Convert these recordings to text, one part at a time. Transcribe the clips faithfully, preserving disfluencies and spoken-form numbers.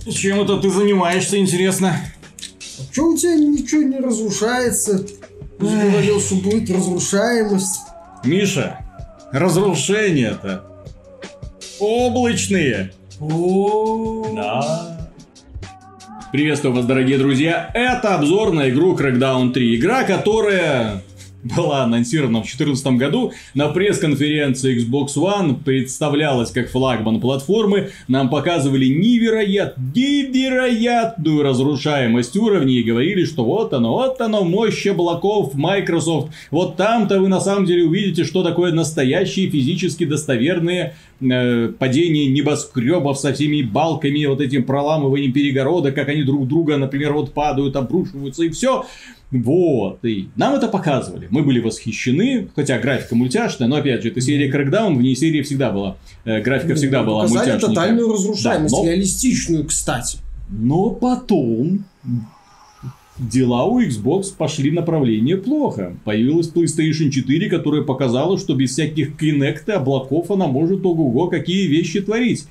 Чем это ты занимаешься, интересно? А чё у тебя ничего не разрушается? Ты же говорил, что будет разрушаемость. Миша, разрушения-то облачные. О, Да. Приветствую вас, дорогие друзья. Это обзор на игру Crackdown три. Игра, которая была анонсирована в две тысячи четырнадцатом году на пресс-конференции Xbox One, представлялась как флагман платформы, нам показывали невероят... невероятную разрушаемость уровней и говорили, что вот оно, вот оно, мощь облаков Microsoft, вот там-то вы на самом деле увидите, что такое настоящие физически достоверные э, падения небоскребов со всеми балками, вот этим проламыванием перегородок, как они друг друга, например, вот падают, обрушиваются и все. Вот, и нам это показывали. Мы были восхищены, хотя графика мультяшная, но опять же, это серия Crackdown, в ней серии всегда была, э, графика ну, всегда была показали мультяшненькая. тотальную разрушаемость, да, но... реалистичную, кстати. Но потом дела у Xbox пошли направление плохо. Появилась PlayStation четыре, которая показала, что без всяких Kinect и облаков она может ого-го какие вещи творить.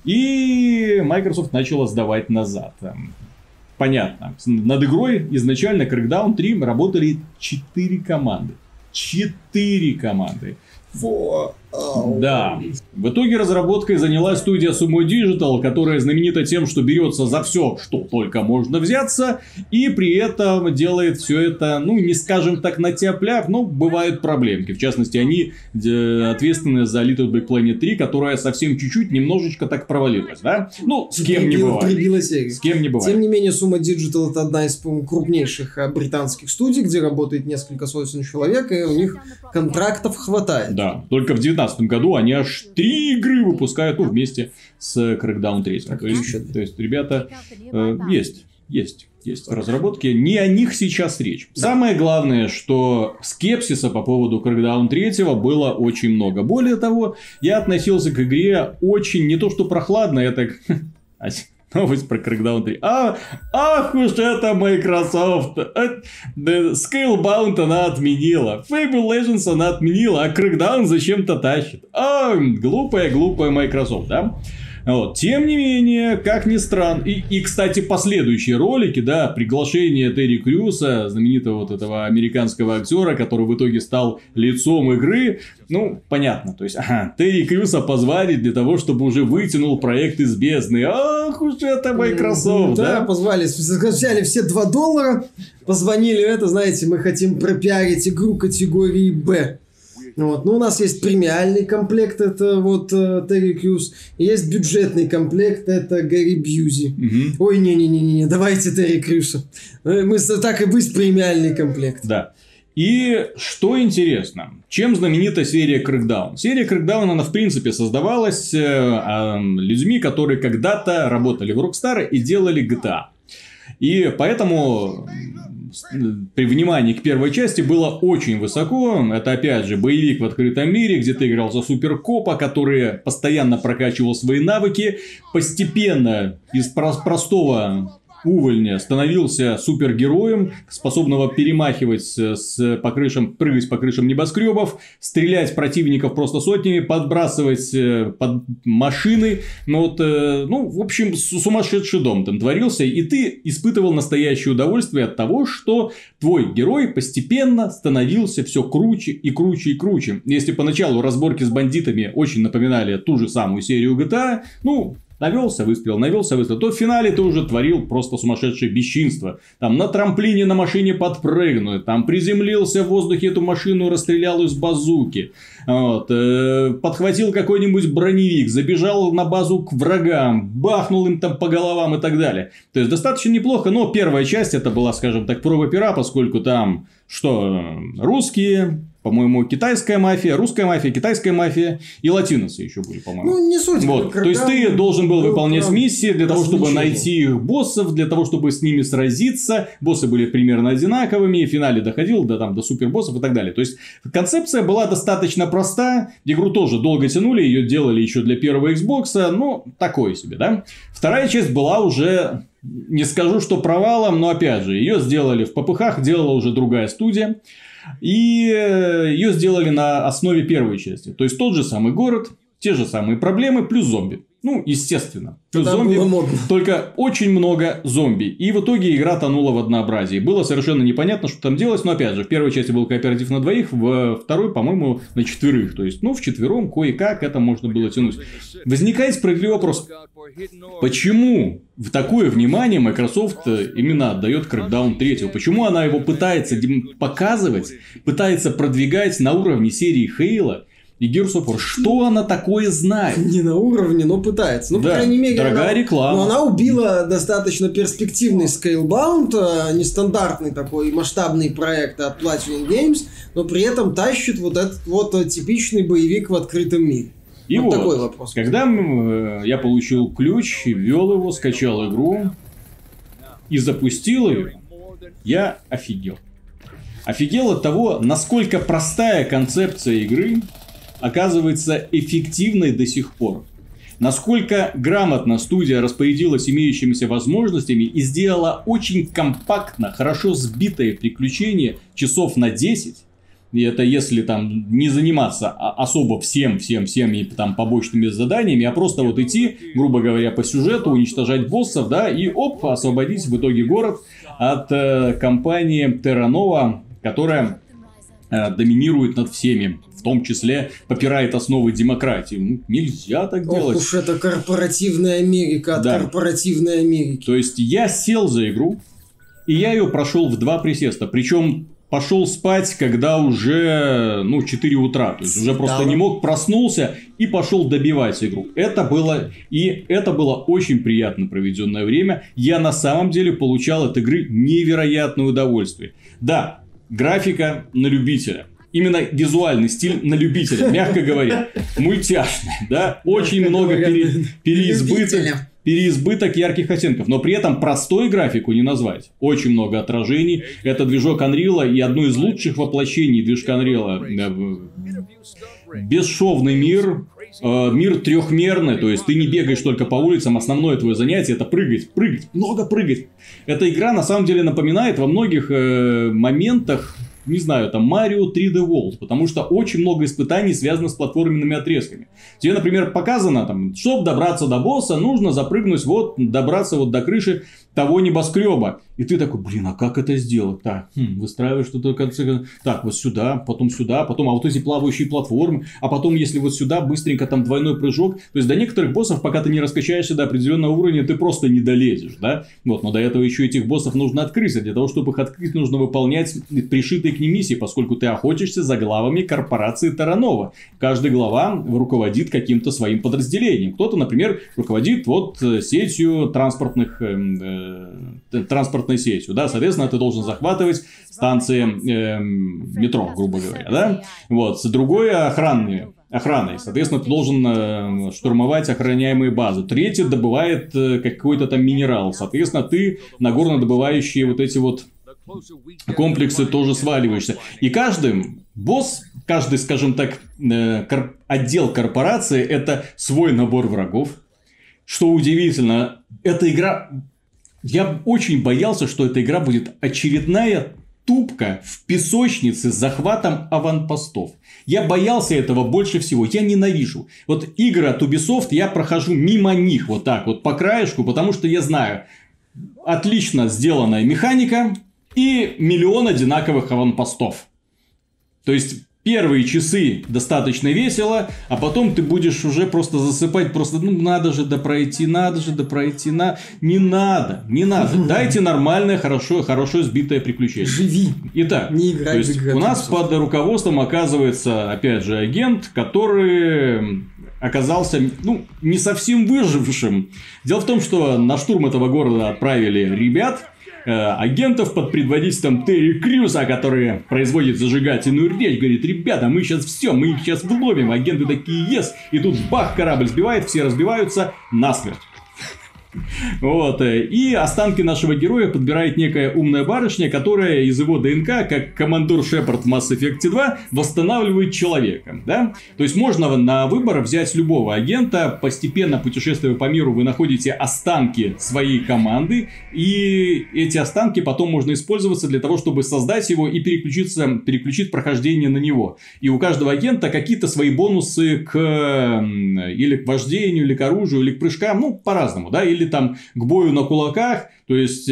И Microsoft начала сдавать назад. Понятно. Над игрой изначально Crackdown три работали четыре команды. четыре команды. Во. Да. В итоге разработкой занялась студия Sumo Digital, которая знаменита тем, что берется за все, что только можно взяться, и при этом делает все это, ну, не скажем так, на тяп-ляп, но бывают проблемки. В частности, они ответственны за Little Big Planet три, которая совсем чуть-чуть, немножечко так провалилась, да? Ну, с кем не бывает. Прибилась серия. С кем не бывает. Тем не менее, Sumo Digital — это одна из, по-моему, крупнейших британских студий, где работает несколько сотен человек, и у них контрактов хватает. Да, только в девятнадцатом году они аж три игры выпускают, ну, вместе с Crackdown три. То есть, то есть, ребята, э, есть, есть, есть в разработке. Не о них сейчас речь. Да. Самое главное, что скепсиса по поводу Crackdown три было очень много. Более того, я относился к игре очень, не то что прохладно, я так... Новость про Crackdown три. А, ах уж это Microsoft. Scalebound она отменила. Fable Legends она отменила. А Crackdown зачем-то тащит. А, глупая-глупая Microsoft, да? Вот. Тем не менее, как ни странно. И, и, кстати, последующие ролики, да, приглашение Терри Крюса, знаменитого вот этого американского актера, который в итоге стал лицом игры. Ну, понятно. То есть, ага, Терри Крюса позвали для того, чтобы уже вытянул проект из бездны. Ах уж это Microsoft, да? Да, позвали. Взяли все два доллара, позвонили, это, знаете, мы хотим пропиарить игру категории Б. Вот. Ну, у нас есть премиальный комплект, это вот э, Терри Крюс, и есть бюджетный комплект, это Гэри Бьюзи. Угу. Ой, не-не-не, давайте Терри Крюса. Мы так и быть премиальный комплект. Да. И что интересно, чем знаменита серия Crackdown? Серия Crackdown, она в принципе создавалась э, людьми, которые когда-то работали в Rockstar и делали джи ти эй. И поэтому при внимании к первой части было очень высоко. Это, опять же, боевик в открытом мире, где ты играл за суперкопа, который постоянно прокачивал свои навыки. Постепенно из простого увольня становился супергероем, способного перемахивать с, по крышам, прыгать по крышам небоскребов, стрелять противников просто сотнями, подбрасывать под машины. Ну, вот, ну, в общем, сумасшедший дом там творился, и ты испытывал настоящее удовольствие от того, что твой герой постепенно становился все круче и круче и круче. Если поначалу разборки с бандитами очень напоминали ту же самую серию джи ти эй, ну... Навелся выстрел, навелся выстрел. То в финале ты уже творил просто сумасшедшее бесчинство. Там на трамплине на машине подпрыгнул. Там приземлился в воздухе, эту машину расстрелял из базуки. Вот, э, подхватил какой-нибудь броневик, забежал на базу к врагам, бахнул им там по головам и так далее. То есть достаточно неплохо. Но первая часть это была, скажем так, проба пера, поскольку там что русские... По-моему, китайская мафия, русская мафия, китайская мафия и латиносы еще были, по-моему. Ну, не суть. Вот. То есть, ты должен был выполнять миссии для того, чтобы найти их боссов, для того, чтобы с ними сразиться. Боссы были примерно одинаковыми, в финале доходил до, там, до супербоссов и так далее. То есть, концепция была достаточно проста. Игру тоже долго тянули, ее делали еще для первого Xbox, но такое себе, да. Вторая часть была уже, не скажу, что провалом, но опять же, ее сделали в попыхах, делала уже другая студия. И ее сделали на основе первой части. То есть, тот же самый город, те же самые проблемы, плюс зомби. Ну, естественно. Тогда зомби, было модно. только очень много зомби. И в итоге игра тонула в однообразии. Было совершенно непонятно, что там делать. Но опять же, в первой части был кооператив на двоих, в второй, по-моему, на четверых. То есть, ну, вчетвером кое-как это можно было тянуть. Возникает справедливый вопрос. Почему в такое внимание Microsoft именно отдает Crackdown три? Почему она его пытается показывать, пытается продвигать на уровне серии Halo и Gears of War? Что она такое знает? Не на уровне, но пытается. Ну, да, по крайней мере, дорогая она, реклама. Но она убила достаточно перспективный Scalebound, нестандартный такой масштабный проект от Platinum Games, но при этом тащит вот этот вот типичный боевик в открытом мире. И вот, вот такой вопрос. Когда я получил ключ, ввел его, скачал игру и запустил ее, я офигел. Офигел от того, насколько простая концепция игры оказывается эффективной до сих пор. Насколько грамотно студия распорядилась имеющимися возможностями и сделала очень компактно, хорошо сбитое приключение часов на десять. И это если там не заниматься особо всем, всем, всеми там побочными заданиями, а просто вот идти, грубо говоря, по сюжету, уничтожать боссов, да, и оп, освободить в итоге город от э, компании Terra Nova, которая э, доминирует над всеми, в том числе попирает основы демократии. Ну, нельзя так Ох делать. уж это корпоративная Америка от да. корпоративной Америки. То есть я сел за игру, и я ее прошел в два присеста, причем пошел спать, когда уже, ну, четыре утра. То есть, уже просто не мог, проснулся и пошел добивать игру. Это было, и это было очень приятно проведенное время. Я на самом деле получал от игры невероятное удовольствие. Да, графика на любителя. Именно визуальный стиль на любителя, мягко говоря. Мультяшный, да. Очень много пере, переизбыток. Переизбыток ярких оттенков, но при этом простой графику не назвать. Очень много отражений. Это движок Unreal и одно из лучших воплощений движка Unreal. Бесшовный мир, мир трехмерный, то есть ты не бегаешь только по улицам, основное твое занятие это прыгать, прыгать, много прыгать. Эта игра на самом деле напоминает во многих моментах, не знаю, там Mario три дэ World, потому что очень много испытаний связано с платформенными отрезками. Тебе, например, показано, там, чтобы добраться до босса, нужно запрыгнуть, вот, добраться вот до крыши того небоскреба. И ты такой, блин, а как это сделать? Так, хм, выстраиваешь что-то в конце. Так, вот сюда, потом сюда, потом, а вот эти плавающие платформы, а потом, если вот сюда, быстренько там двойной прыжок. То есть, до некоторых боссов, пока ты не раскачаешься до определенного уровня, ты просто не долезешь, да? Вот, но до этого еще этих боссов нужно открыть, а для того, чтобы их открыть, нужно выполнять пришитые к ним миссии, поскольку ты охотишься за главами корпорации Terra Nova. Каждая глава руководит каким-то своим подразделением. Кто-то, например, руководит вот сетью транспортных э, транспортной сетью, да, соответственно, ты должен захватывать станции э, метро, грубо говоря, да, вот, с другой охранной, охраной, соответственно, ты должен э, штурмовать охраняемые базы, третий добывает э, какой-то там минерал, соответственно, ты на горнодобывающие вот эти вот комплексы тоже сваливаешься, и каждый босс, каждый, скажем так, э, кор- отдел корпорации это свой набор врагов, что удивительно, эта игра... Я очень боялся, что эта игра будет очередная тупка в песочнице с захватом аванпостов. Я боялся этого больше всего. Я ненавижу. Вот игры от Ubisoft я прохожу мимо них вот так вот по краешку, потому что я знаю, отлично сделанная механика и миллион одинаковых аванпостов. То есть... Первые часы достаточно весело, а потом ты будешь уже просто засыпать, просто, ну, надо же допройти, надо же допройти, на... не надо, не надо. Дайте нормальное, хорошо, хорошо сбитое приключение. Живи. Итак, не играй то есть, у нас под руководством оказывается, опять же, агент, который оказался, ну, не совсем выжившим. Дело в том, что на штурм этого города отправили ребят, агентов под предводительством Терри Крьюса, которые производят зажигательную речь, говорит, ребята, мы сейчас все, мы их сейчас вловим, агенты такие, ес, и тут бах, корабль сбивает, все разбиваются насмерть. Вот. И останки нашего героя подбирает некая умная барышня, которая из его ДНК, как командор Шепард в Mass Effect два, восстанавливает человека. Да? То есть, можно на выбор взять любого агента, постепенно путешествуя по миру, вы находите останки своей команды, и эти останки потом можно использоваться для того, чтобы создать его и переключиться, переключить прохождение на него. И у каждого агента какие-то свои бонусы к или к вождению, или к оружию, или к прыжкам, ну, по-разному, да, или там к бою на кулаках, то есть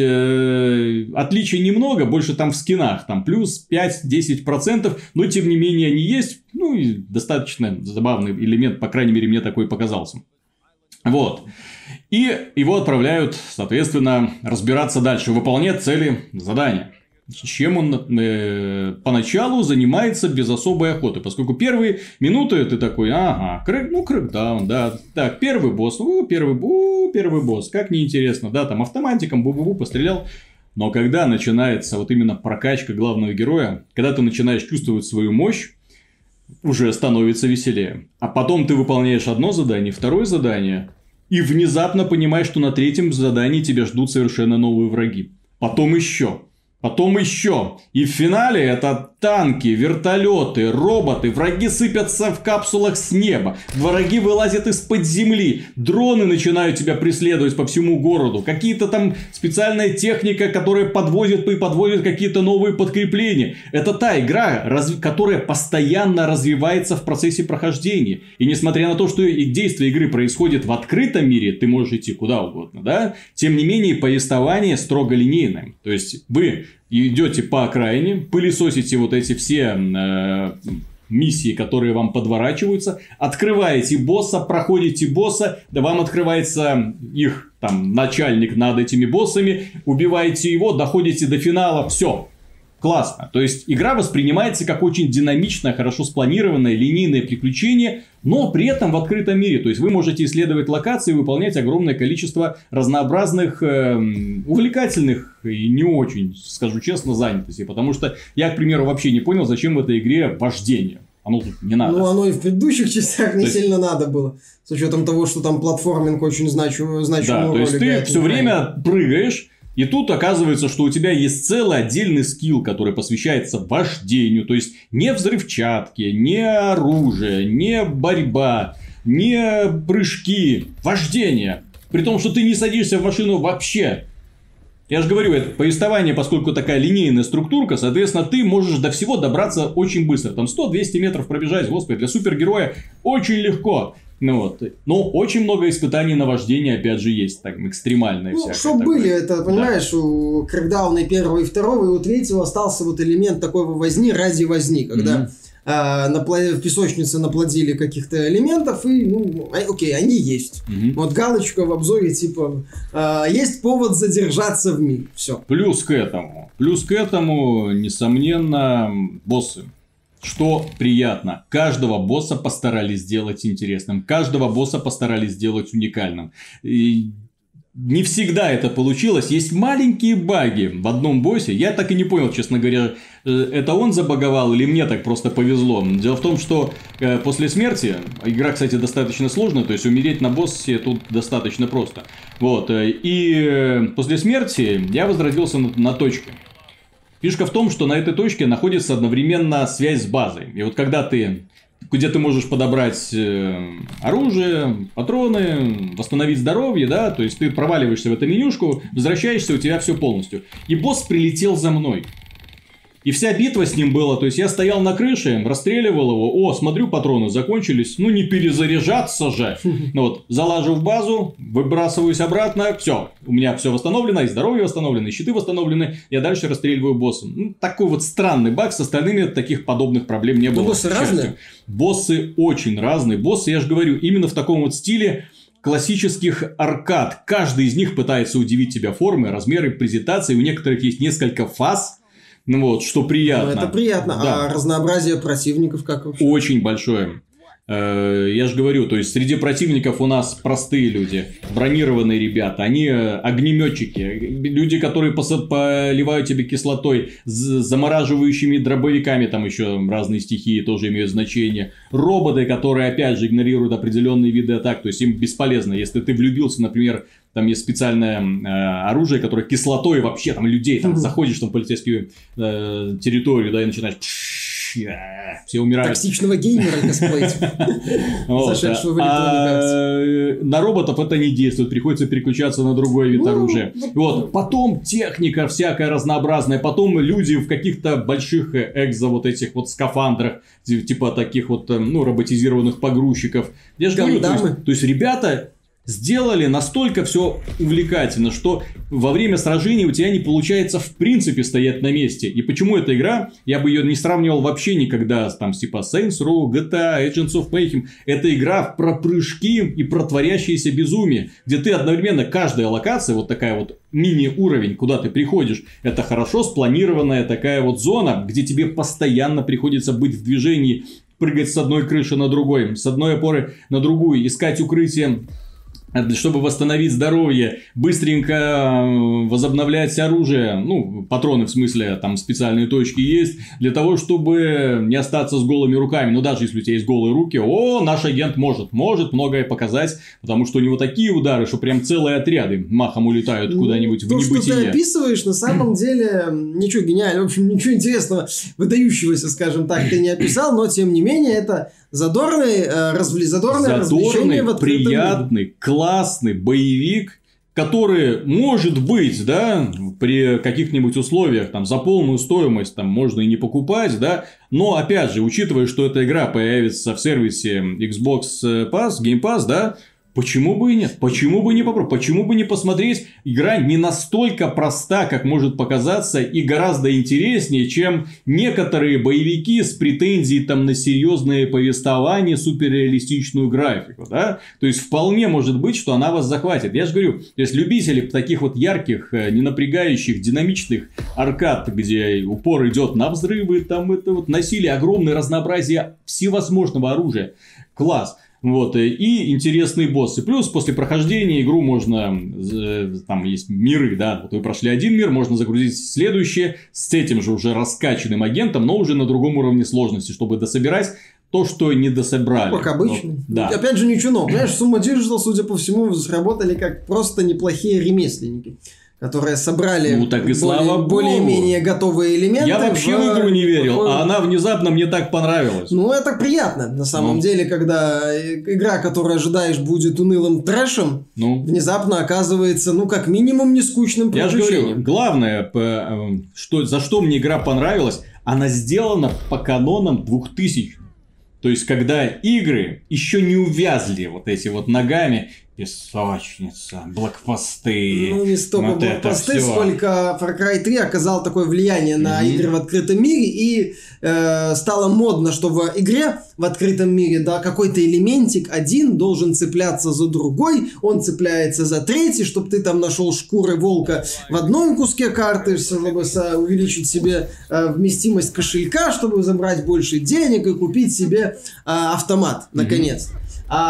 э, отличий немного, больше там в скинах, там плюс пять-десять процентов, но тем не менее они есть, ну и достаточно забавный элемент, по крайней мере мне такой показался. Вот. И его отправляют, соответственно, разбираться дальше, выполнять цели задания. Чем он э, поначалу занимается без особой охоты. Поскольку первые минуты ты такой, ага, крык, ну крыкдаун, да. Так, первый босс, у, первый, у, первый босс, как неинтересно, да, там автоматиком бу-бу-бу пострелял. Но когда начинается вот именно прокачка главного героя, когда ты начинаешь чувствовать свою мощь, уже становится веселее. А потом ты выполняешь одно задание, второе задание, и внезапно понимаешь, что на третьем задании тебя ждут совершенно новые враги. Потом еще. Потом еще. И в финале это танки, вертолеты, роботы, враги сыпятся в капсулах с неба, враги вылазят из-под земли, дроны начинают тебя преследовать по всему городу, какие-то там специальная техника, которая подвозит и подводит какие-то новые подкрепления. Это та игра, разв... которая постоянно развивается в процессе прохождения. И несмотря на то, что и действие игры происходит в открытом мире, ты можешь идти куда угодно, да? Тем не менее, повествование строго линейное. То есть, вы идете по окраине, пылесосите вот эти все э, миссии, которые вам подворачиваются, открываете босса, проходите босса, да вам открывается их там начальник над этими боссами, убиваете его, доходите до финала, все. Классно. То есть, игра воспринимается как очень динамичное, хорошо спланированное, линейное приключение, но при этом в открытом мире. То есть, вы можете исследовать локации, выполнять огромное количество разнообразных, э, увлекательных и не очень, скажу честно, занятостей. Потому что я, к примеру, вообще не понял, зачем в этой игре вождение. Оно тут не надо. Ну, оно и в предыдущих частях не то сильно есть... надо было. С учетом того, что там платформинг очень значимую роль играет. Да, то есть, ты все время прыгаешь. И тут оказывается, что у тебя есть целый отдельный скилл, который посвящается вождению. То есть, не взрывчатке, не оружие, не борьба, не прыжки. Вождение. При том, что ты не садишься в машину вообще. Я же говорю, это повествование, поскольку такая линейная структурка, соответственно, ты можешь до всего добраться очень быстро. Там сто-двести метров пробежать, господи, для супергероя очень легко. Ну вот. Но очень много испытаний на вождение, опять же, есть. Так, экстремальное ну, всякое. Что были, это, понимаешь, да. У Крэкдауна и первого, и второго, и у третьего остался вот элемент такой возни ради возни. Когда mm-hmm. а, наплод... в песочнице наплодили каких-то элементов, и, ну, окей, они есть. Mm-hmm. Вот галочка в обзоре, типа, а, есть повод задержаться в мире. Все. Плюс к этому, плюс к этому, несомненно, боссы. Что приятно, каждого босса постарались сделать интересным, каждого босса постарались сделать уникальным. И не всегда это получилось, есть маленькие баги в одном боссе, я так и не понял, честно говоря, это он забаговал или мне так просто повезло. Дело в том, что после смерти, игра, кстати, достаточно сложная, то есть умереть на боссе тут достаточно просто. Вот, и после смерти я возродился на, на точке. Фишка в том, что на этой точке находится одновременно связь с базой. И вот когда ты, где ты можешь подобрать оружие, патроны, восстановить здоровье, да, то есть ты проваливаешься в эту менюшку, возвращаешься, у тебя все полностью. И босс прилетел за мной. И вся битва с ним была, то есть я стоял на крыше, расстреливал его, о, смотрю, патроны закончились, ну не перезаряжаться же. Ну вот, залажу в базу, выбрасываюсь обратно, все, у меня все восстановлено, и здоровье восстановлено, и щиты восстановлены, я дальше расстреливаю босса. Ну, такой вот странный баг, с остальными таких подобных проблем не было. Но боссы разные? Боссы очень разные, боссы, я же говорю, именно в таком вот стиле классических аркад. Каждый из них пытается удивить тебя формой, размеры, презентацией, у некоторых есть несколько фаз. Ну вот, что приятно. Ну, это приятно. Да. А разнообразие противников как вообще? Очень большое. Я же говорю, то есть среди противников у нас простые люди, бронированные ребята, они огнеметчики, люди, которые поливают тебе кислотой, замораживающими дробовиками, там еще разные стихии тоже имеют значение, роботы, которые опять же игнорируют определенные виды атак, то есть им бесполезно, если ты влюбился, например, там есть специальное э, оружие, которое кислотой вообще там людей, там заходишь там, в полицейскую э, территорию, да, и начинаешь... Все умирают. Токсичного геймера косплеить. Зашедшего в электронику. На роботов это не действует. Приходится переключаться на другой вид оружия. Вот. Потом техника всякая разнообразная. Потом люди в каких-то больших экзо вот этих вот скафандрах. Типа таких вот, ну, роботизированных погрузчиков. Я же говорю, то есть ребята... сделали настолько все увлекательно, что во время сражений у тебя не получается в принципе стоять на месте. И почему эта игра, я бы ее не сравнивал вообще никогда там с типа Saints Row, джи ти эй, Agents of Mayhem. Это игра про прыжки и про творящееся безумие, где ты одновременно, каждая локация, вот такая вот мини-уровень, куда ты приходишь, это хорошо спланированная такая вот зона, где тебе постоянно приходится быть в движении, прыгать с одной крыши на другой, с одной опоры на другую, искать укрытие, чтобы восстановить здоровье, быстренько возобновлять оружие, ну, патроны в смысле, там специальные точки есть, для того, чтобы не остаться с голыми руками. Но даже если у тебя есть голые руки, о, наш агент может, может многое показать, потому что у него такие удары, что прям целые отряды махом улетают куда-нибудь в небытие. То, что ты описываешь, на самом деле, ничего гениального, в общем, ничего интересного, выдающегося, скажем так, ты не описал, но, тем не менее, это... Задорный, развли... Задорное развлечение в открытом приятный, мире. Классный боевик, который, может быть, да, при каких-нибудь условиях там, за полную стоимость там, можно и не покупать, да, но, опять же, учитывая, что эта игра появится в сервисе Xbox Pass, Game Pass, да, почему бы и нет? Почему бы не попробовать? Почему бы не посмотреть? Игра не настолько проста, как может показаться, и гораздо интереснее, чем некоторые боевики с претензией там, на серьезное повествование, суперреалистичную графику. Да? То есть, вполне может быть, что она вас захватит. Я же говорю, то есть, любители таких вот ярких, ненапрягающих, динамичных аркад, где упор идет на взрывы, там это вот насилие, огромное разнообразие всевозможного оружия. Класс. Вот, и интересные боссы. Плюс после прохождения игру можно, там есть миры, да, вот вы прошли один мир, можно загрузить следующее с этим же уже раскачанным агентом, но уже на другом уровне сложности, чтобы дособирать то, что не дособрали. Как обычно. Вот, да. Опять же, ничего нового. Понимаешь, Summa Digital, судя по всему, сработали как просто неплохие ремесленники, которые собрали ну, так и слава более, более-менее готовые элементы. Я вообще в, в игру не верил, в... а она внезапно мне так понравилась. Ну, это приятно, на самом ну. деле, когда игра, которую ожидаешь, будет унылым трэшем, ну. внезапно оказывается, ну, как минимум, не скучным приключением. Я же говорю, главное, что, за что мне игра понравилась, она сделана по канонам двухтысячных. То есть, когда игры еще не увязли вот эти вот ногами, песочница, блокпосты. Ну, не столько вот блокпосты, сколько Far Cry три оказал такое влияние на mm-hmm. игры в открытом мире. И э, стало модно, что в игре в открытом мире, да, какой-то элементик один должен цепляться за другой. Он цепляется за третий, чтобы ты там нашел шкуры волка в одном куске карты, чтобы увеличить себе э, вместимость кошелька, чтобы забрать больше денег и купить себе э, автомат, наконец. Mm-hmm.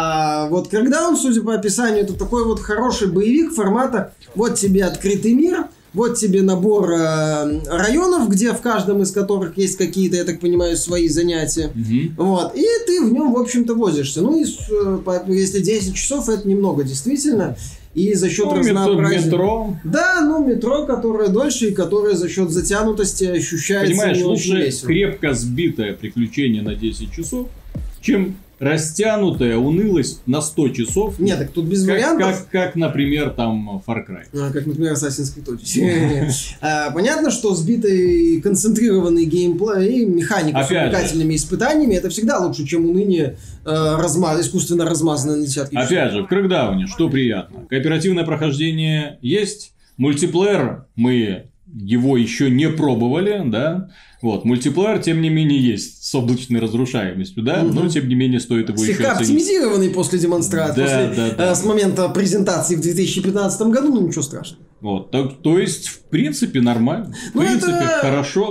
А вот когда он, судя по описанию, это такой вот хороший боевик формата вот тебе открытый мир, вот тебе набор э, районов, где в каждом из которых есть какие-то, я так понимаю, свои занятия. Mm-hmm. Вот, и ты в нем, в общем-то, возишься. Ну, и, если десять часов, это немного, действительно. И за счет ну, разнообразия... метро. Да, ну, метро, которое дольше, и которое за счет затянутости ощущается. Понимаешь, не лучше очень весело. Крепко сбитое приключение на десять часов, чем... растянутая унылость на сто часов. Нет, так тут без как, вариантов. Как, как, например, там Far Cry. А, как, например, Assassin's Creed. Понятно, что сбитый концентрированный геймплей и механика с увлекательными испытаниями это всегда лучше, чем уныние искусственно размазанное на десятки часов. Опять же, в Крэкдауне что приятно? Кооперативное прохождение есть. Мультиплеер мы его еще не пробовали, да. Вот, мультиплеер, тем не менее, есть с облачной разрушаемостью, да, угу. но, тем не менее, стоит его слегка еще оценить. Оптимизированный после демонстрации, да, после, да, да. Э, с момента презентации в две тысячи пятнадцатом году, ну, ничего страшного. Вот, так, то есть, в принципе, нормально, в ну, принципе, это... хорошо.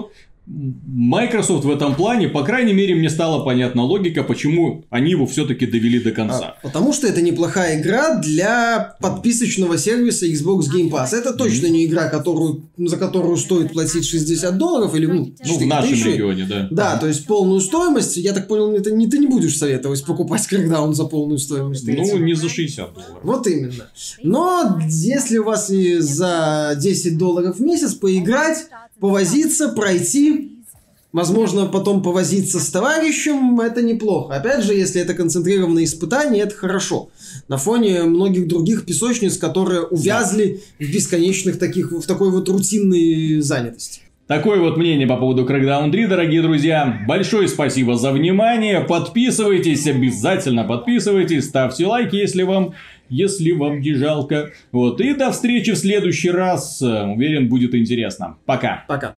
Microsoft в этом плане, по крайней мере, мне стала понятна логика, почему они его все-таки довели до конца. А, потому что это неплохая игра для подписочного сервиса Xbox Game Pass. Это точно не игра, которую, за которую стоит платить шестьдесят долларов или ну, ну в нашем тысячи. Регионе, да. Да, то есть полную стоимость. Я так понял, это не, ты не будешь советовать покупать Crackdown за полную стоимость. Ну, не за шестьдесят долларов. Вот именно. Но если у вас и за десять долларов в месяц поиграть, повозиться, пройти, возможно, потом повозиться с товарищем, это неплохо. Опять же, если это концентрированное испытание, это хорошо. На фоне многих других песочниц, которые увязли да. в бесконечных таких, в такой вот рутинной занятости. Такое вот мнение по поводу Crackdown три, дорогие друзья. Большое спасибо за внимание. Подписывайтесь, обязательно подписывайтесь, ставьте лайки, если вам... Если вам не жалко. Вот. И до встречи в следующий раз. Уверен, будет интересно. Пока. Пока.